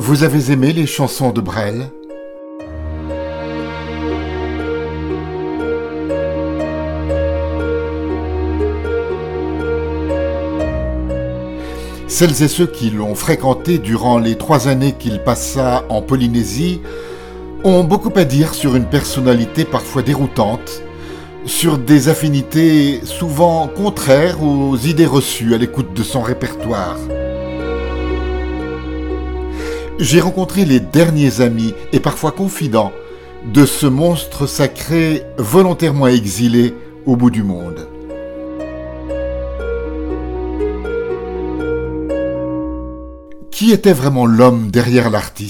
Vous avez aimé les chansons de Brel ? Celles et ceux qui l'ont fréquenté durant les 3 années qu'il passa en Polynésie ont beaucoup à dire sur une personnalité parfois déroutante, sur des affinités souvent contraires aux idées reçues à l'écoute de son répertoire. J'ai rencontré les derniers amis et parfois confidents de ce monstre sacré volontairement exilé au bout du monde. Qui était vraiment l'homme derrière l'artiste ?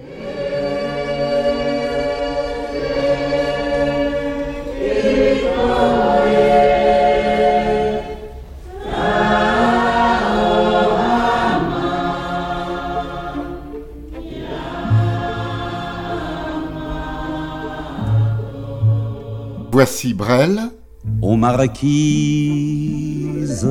Voici Brel. Ô marquise,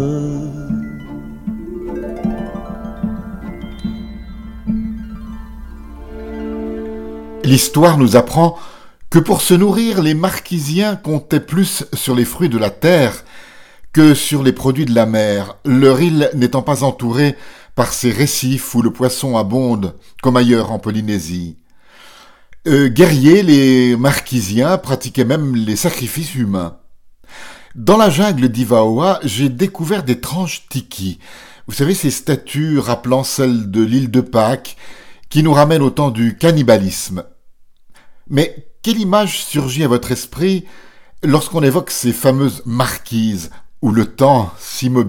L'histoire nous apprend que pour se nourrir, les Marquisiens comptaient plus sur les fruits de la terre que sur les produits de la mer, leur île n'étant pas entourée par ces récifs où le poisson abonde, comme ailleurs en Polynésie. Guerriers, les Marquisiens pratiquaient même les sacrifices humains. Dans la jungle d'Ivaoa, j'ai découvert d'étranges tikis. Vous savez, ces statues rappelant celles de l'île de Pâques, qui nous ramènent au temps du cannibalisme. Mais quelle image surgit à votre esprit lorsqu'on évoque ces fameuses marquises où le temps s'immobilise ?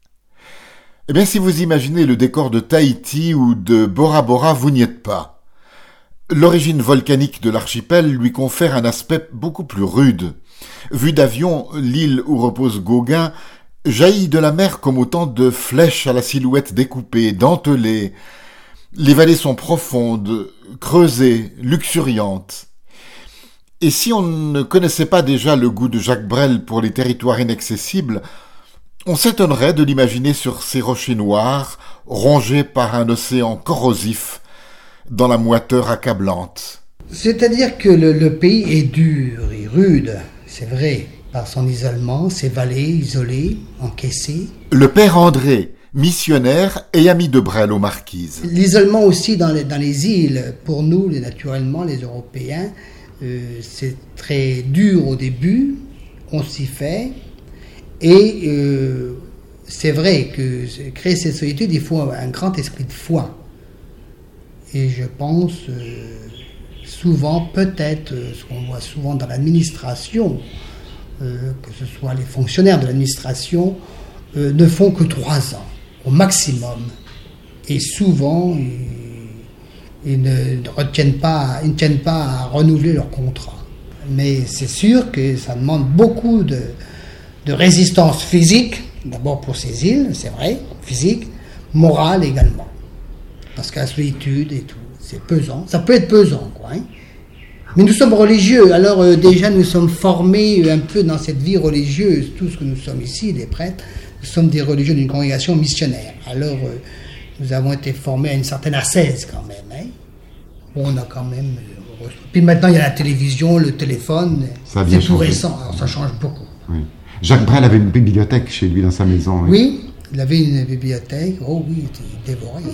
Eh bien, si vous imaginez le décor de Tahiti ou de Bora Bora, vous n'y êtes pas. L'origine volcanique de l'archipel lui confère un aspect beaucoup plus rude. Vue d'avion, l'île où repose Gauguin jaillit de la mer comme autant de flèches à la silhouette découpée, dentelée. Les vallées sont profondes, creusées, luxuriantes. Et si on ne connaissait pas déjà le goût de Jacques Brel pour les territoires inaccessibles, on s'étonnerait de l'imaginer sur ces rochers noirs, rongés par un océan corrosif, dans la moiteur accablante. C'est-à-dire que le pays est dur et rude, c'est vrai, par son isolement, ses vallées isolées, encaissées. Le père André, missionnaire et ami de Brel aux Marquises. L'isolement aussi dans les îles, pour nous, naturellement, les Européens, c'est très dur au début, on s'y fait, et c'est vrai que créer cette solitude, il faut un grand esprit de foi. Et je pense souvent, peut-être, ce qu'on voit souvent dans l'administration, que ce soit les fonctionnaires de l'administration, ne font que 3 ans, au maximum. Et souvent, ils ne tiennent pas à renouveler leur contrat. Mais c'est sûr que ça demande beaucoup de résistance physique, d'abord pour ces îles, c'est vrai, physique, morale également. Parce que la solitude et tout, c'est pesant. Ça peut être pesant, quoi. Hein. Mais nous sommes religieux, alors déjà nous sommes formés un peu dans cette vie religieuse. Tout ce que nous sommes ici, les prêtres, nous sommes des religieux d'une congrégation missionnaire. Alors nous avons été formés à une certaine ascèse quand même. Hein. Bon, on a quand même... Puis maintenant il y a la télévision, le téléphone, c'est tout récent, alors ça change beaucoup. Oui. Jacques Brel avait une bibliothèque chez lui dans sa maison. Oui, il avait une bibliothèque, oh oui, il était dévoré.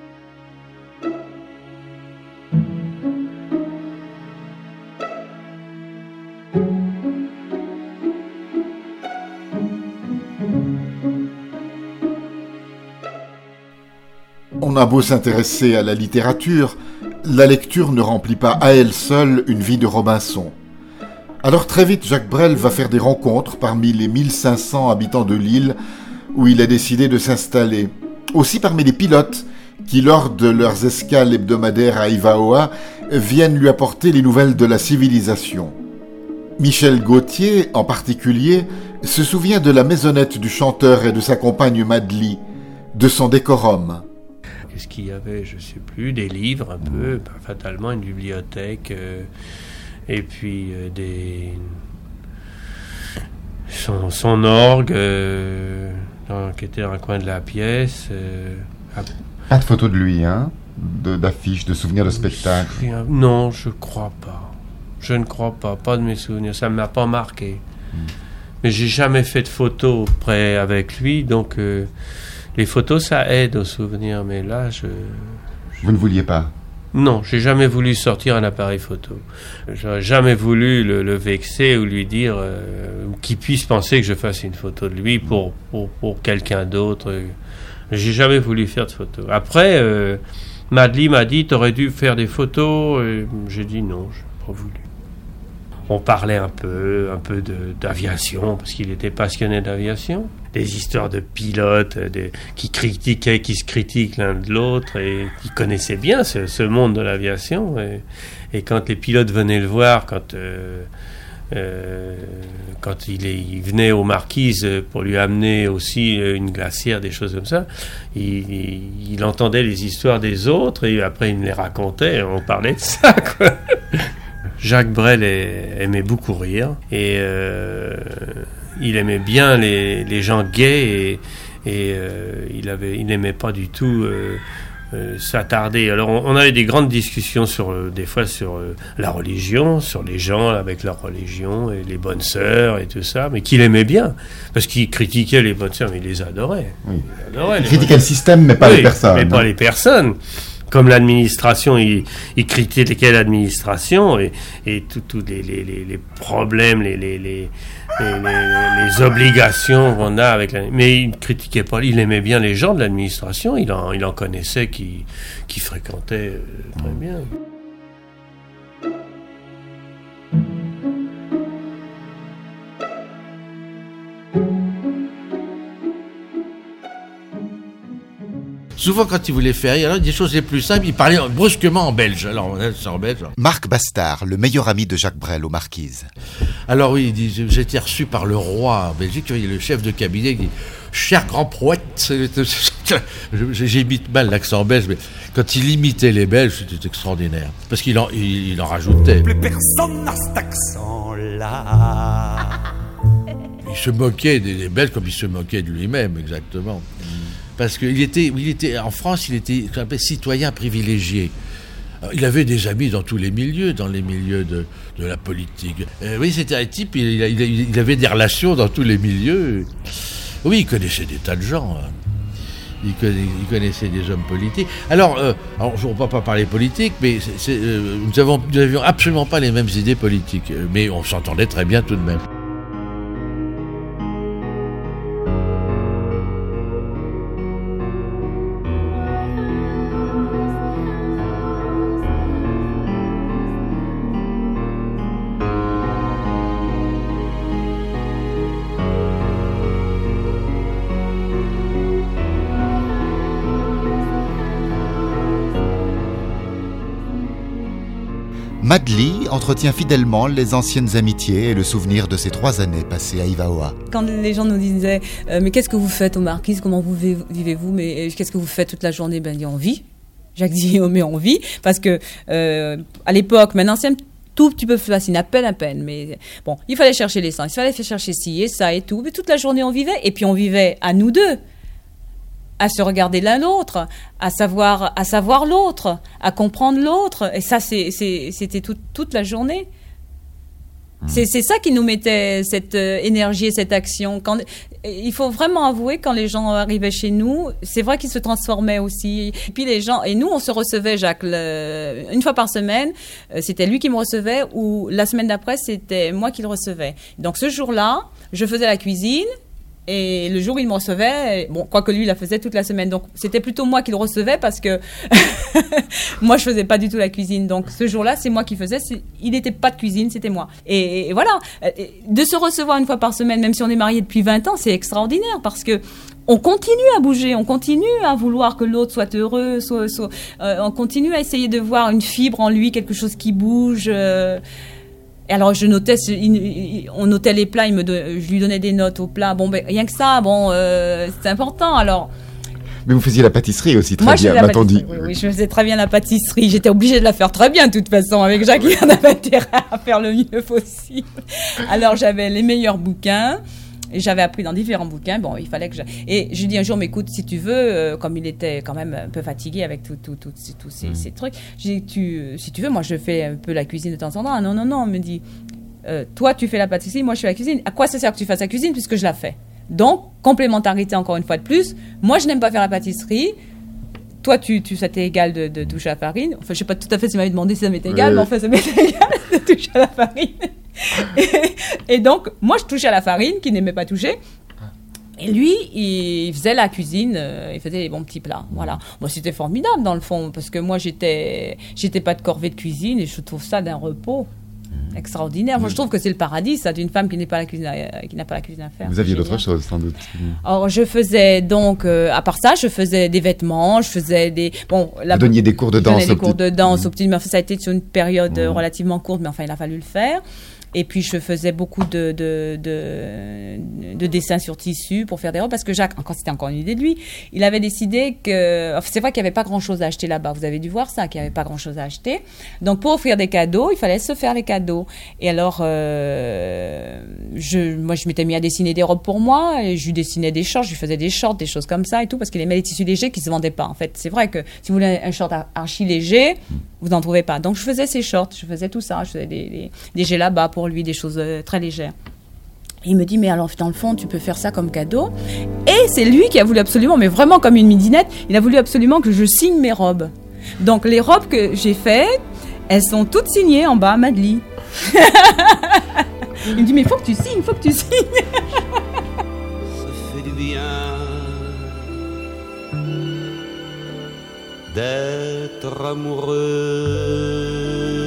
On a beau s'intéresser à la littérature, la lecture ne remplit pas à elle seule une vie de Robinson. Alors très vite, Jacques Brel va faire des rencontres parmi les 1500 habitants de l'île où il a décidé de s'installer. Aussi parmi les pilotes qui, lors de leurs escales hebdomadaires à Ivaoa, viennent lui apporter les nouvelles de la civilisation. Michel Gauthier, en particulier, se souvient de la maisonnette du chanteur et de sa compagne Madely, de son décorum. Qu'est-ce qu'il y avait? Je ne sais plus, des livres un peu, fatalement une bibliothèque, et puis son orgue qui était dans le coin de la pièce. Pas de photo de lui, hein? d'affiches, de souvenirs de spectacles? Rien. Non, je crois pas. Je ne crois pas. Pas de mes souvenirs. Ça ne m'a pas marqué. Mais j'ai jamais fait de photos près avec lui, donc les photos, ça aide aux souvenirs. Mais là, Vous ne vouliez pas? Non, j'ai jamais voulu sortir un appareil photo. J'aurais jamais voulu le vexer ou lui dire qu'il puisse penser que je fasse une photo de lui pour quelqu'un d'autre. J'ai jamais voulu faire de photos. Après, Madly m'a dit, t'aurais dû faire des photos. Et j'ai dit non, je n'ai pas voulu. On parlait un peu d'aviation, parce qu'il était passionné d'aviation. Des histoires de pilotes qui se critiquent l'un de l'autre, et qui connaissaient bien ce monde de l'aviation. Et quand les pilotes venaient le voir, quand il venait aux Marquises pour lui amener aussi une glacière, des choses comme ça, il entendait les histoires des autres, et après il me les racontait, on parlait de ça, quoi. Jacques Brel aimait beaucoup rire, et il aimait bien les gens gays, et il n'aimait pas du tout s'attarder. Alors on avait des grandes discussions des fois sur la religion, sur les gens avec leur religion, et les bonnes sœurs et tout ça, mais qu'il aimait bien, parce qu'il critiquait les bonnes sœurs, mais il les adorait. Oui. Il critiquait le système, mais pas les personnes. Mais pas les personnes. Comme l'administration, il critiquait l'administration, et tous les problèmes, les obligations qu'on a avec mais il ne critiquait pas, il aimait bien les gens de l'administration, il en connaissait qui fréquentaient très bien. Souvent, quand il voulait faire rire, alors des choses les plus simples, il parlait brusquement en belge. Alors, c'est en belge. Marc Bastard, le meilleur ami de Jacques Brel aux Marquises. Alors oui, il dit, j'ai été reçu par le roi en Belgique, il y a le chef de cabinet qui dit, cher grand poète, j'imite mal l'accent belge, mais quand il imitait les Belges, c'était extraordinaire. Parce qu'il en rajoutait. Plus personne n'a cet accent-là. Il se moquait des Belges comme il se moquait de lui-même, exactement. Parce qu'il était, en France, il était ce qu'on appelle citoyen privilégié. Alors, il avait des amis dans tous les milieux, dans les milieux de la politique. Oui, c'était un type, il avait des relations dans tous les milieux. Oui, il connaissait des tas de gens. Il connaissait des hommes politiques. Alors je ne vais pas parler politique, mais nous n'avions absolument pas les mêmes idées politiques. Mais on s'entendait très bien tout de même. Madly entretient fidèlement les anciennes amitiés et le souvenir de ces 3 années passées à Ivaoa. Quand les gens nous disaient mais qu'est-ce que vous faites aux Marquises, comment vous vivez-vous, mais qu'est-ce que vous faites toute la journée? Ben, on vit. Jacques dit mais on vit, parce que à l'époque, maintenant c'est un tout petit peu plus facile, à peine, mais bon, il fallait chercher l'essence, il fallait chercher ci et ça et tout, mais toute la journée on vivait, et puis on vivait à nous deux, à se regarder l'un l'autre, à savoir l'autre, à comprendre l'autre, et ça c'était toute la journée. C'est ça qui nous mettait cette énergie et cette action. Il faut vraiment avouer, quand les gens arrivaient chez nous, c'est vrai qu'ils se transformaient aussi. Et puis les gens, et nous on se recevait, Jacques, une fois par semaine, c'était lui qui me recevait, ou la semaine d'après c'était moi qui le recevais. Donc ce jour-là, je faisais la cuisine. Et le jour où il me recevait, bon, quoique lui, il la faisait toute la semaine. Donc, c'était plutôt moi qui le recevais, parce que moi, je faisais pas du tout la cuisine. Donc, ce jour-là, c'est moi qui faisais. Il n'était pas de cuisine, c'était moi. Et voilà. De se recevoir une fois par semaine, même si on est mariés depuis 20 ans, c'est extraordinaire, parce que on continue à bouger, on continue à vouloir que l'autre soit heureux, on continue à essayer de voir une fibre en lui, quelque chose qui bouge. Et alors je notais, on notait les plats, je lui donnais des notes aux plats. Bon, ben rien que ça, c'est important. Alors. Mais vous faisiez la pâtisserie aussi très bien, m'a-t-on dit. Oui, je faisais très bien la pâtisserie. J'étais obligée de la faire très bien, de toute façon. Avec Jacques, il en avait intérêt à faire le mieux possible. Alors j'avais les meilleurs bouquins. Et j'avais appris dans différents bouquins. Bon, il fallait que Et je lui dis un jour, mais écoute, si tu veux, comme il était quand même un peu fatigué avec tous ces trucs, j'ai dit, si tu veux, moi je fais un peu la cuisine de temps en temps. Ah, non, il me dit, toi tu fais la pâtisserie, moi je fais la cuisine. À quoi ça sert que tu fasses la cuisine puisque je la fais? Donc, complémentarité encore une fois de plus. Moi, je n'aime pas faire la pâtisserie. Toi, ça t'est égal de toucher à la farine. Enfin, je sais pas tout à fait s'il m'avait demandé si ça m'était égal, mais enfin, ça m'était égal de toucher à la farine. Et donc, moi, je touchais à la farine, qui n'aimait pas toucher. Et lui, il faisait la cuisine, il faisait les bons petits plats. Voilà. Bon, c'était formidable, dans le fond, parce que moi, j'étais pas de corvée de cuisine, et je trouve ça d'un repos extraordinaire. Moi, je trouve que c'est le paradis, ça, d'une femme qui n'a pas la cuisine à faire. Vous aviez d'autres choses, sans doute. Alors, je faisais donc, à part ça, je faisais des vêtements, je faisais des... Bon, vous donniez des cours de danse. Des cours de danse au petit... Mais ça a été sur une période relativement courte, mais enfin, il a fallu le faire. Et puis, je faisais beaucoup de dessins sur tissu pour faire des robes, parce que Jacques, c'était encore une idée de lui, il avait décidé que... Enfin, c'est vrai qu'il n'y avait pas grand-chose à acheter là-bas. Vous avez dû voir ça, qu'il n'y avait pas grand-chose à acheter. Donc, pour offrir des cadeaux, il fallait se faire les cadeaux. Et alors, moi, je m'étais mis à dessiner des robes pour moi, et je lui dessinais des shorts, je lui faisais des shorts, des choses comme ça et tout, parce qu'il aimait les tissus légers qui ne se vendaient pas. En fait, c'est vrai que si vous voulez un short archi léger, vous n'en trouvez pas. Donc, je faisais ces shorts, je faisais tout ça, je faisais des djellabas pour lui, des choses très légères. Et il me dit, mais alors, dans le fond, tu peux faire ça comme cadeau. Et c'est lui qui a voulu absolument, mais vraiment comme une midinette, il a voulu absolument que je signe mes robes. Donc, les robes que j'ai faites, elles sont toutes signées en bas à Madly. Il me dit, mais il faut que tu signes. Ça fait du bien d'être amoureux.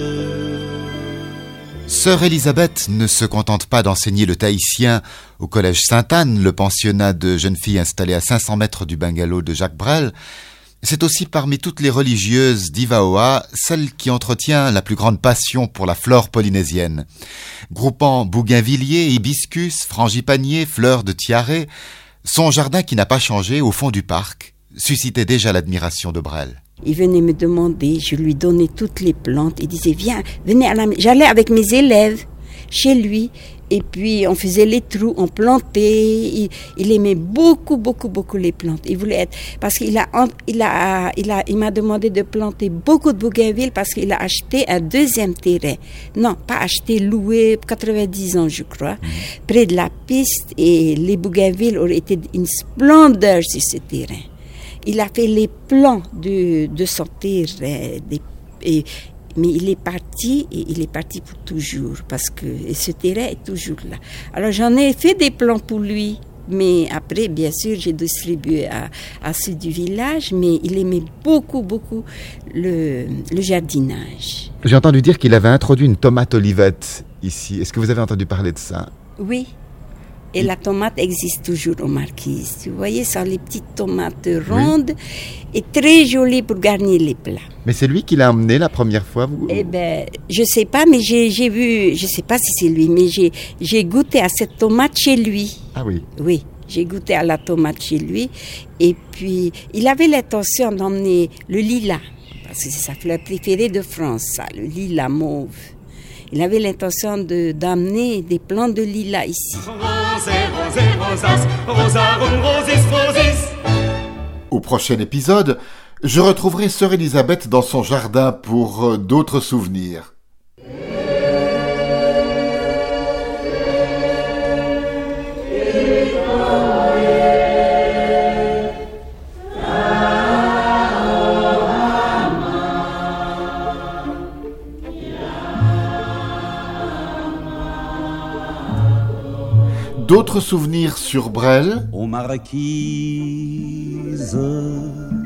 Sœur Élisabeth ne se contente pas d'enseigner le tahitien au collège Sainte-Anne, le pensionnat de jeunes filles installé à 500 mètres du bungalow de Jacques Brel. C'est aussi parmi toutes les religieuses d'Ivaoa, celle qui entretient la plus grande passion pour la flore polynésienne. Groupant bougainvilliers, hibiscus, frangipaniers, fleurs de tiare, son jardin qui n'a pas changé au fond du parc suscitait déjà l'admiration de Brel. Il venait me demander, je lui donnais toutes les plantes. Il disait, venez à la maison. J'allais avec mes élèves chez lui. Et puis, on faisait les trous, on plantait. Il aimait beaucoup les plantes. Il voulait être... Parce qu'il il m'a demandé de planter beaucoup de bougainvilles parce qu'il a acheté un deuxième terrain. Non, pas acheté, loué, 90 ans, je crois, près de la piste. Et les bougainvilles auraient été une splendeur sur ce terrain. Il a fait les plans de son terrain, mais il est parti pour toujours, parce que ce terrain est toujours là. Alors j'en ai fait des plans pour lui, mais après, bien sûr, j'ai distribué à ceux du village, mais il aimait beaucoup le jardinage. J'ai entendu dire qu'il avait introduit une tomate olivette ici. Est-ce que vous avez entendu parler de ça? Oui. Et la tomate existe toujours aux Marquises. Vous voyez, ça, les petites tomates rondes et très jolies pour garnir les plats. Mais c'est lui qui l'a emmené la première fois, vous? Eh ben, je sais pas, mais j'ai vu, je sais pas si c'est lui, mais j'ai goûté à cette tomate chez lui. Ah oui? Oui, j'ai goûté à la tomate chez lui. Et puis, il avait l'intention d'emmener le lilas, parce que c'est sa fleur préférée de France, ça, le lilas mauve. Il avait l'intention d'amener des plantes de lilas ici. Au prochain épisode, je retrouverai Sœur Élisabeth dans son jardin pour d'autres souvenirs. D'autres souvenirs sur Brel. Aux Marquises.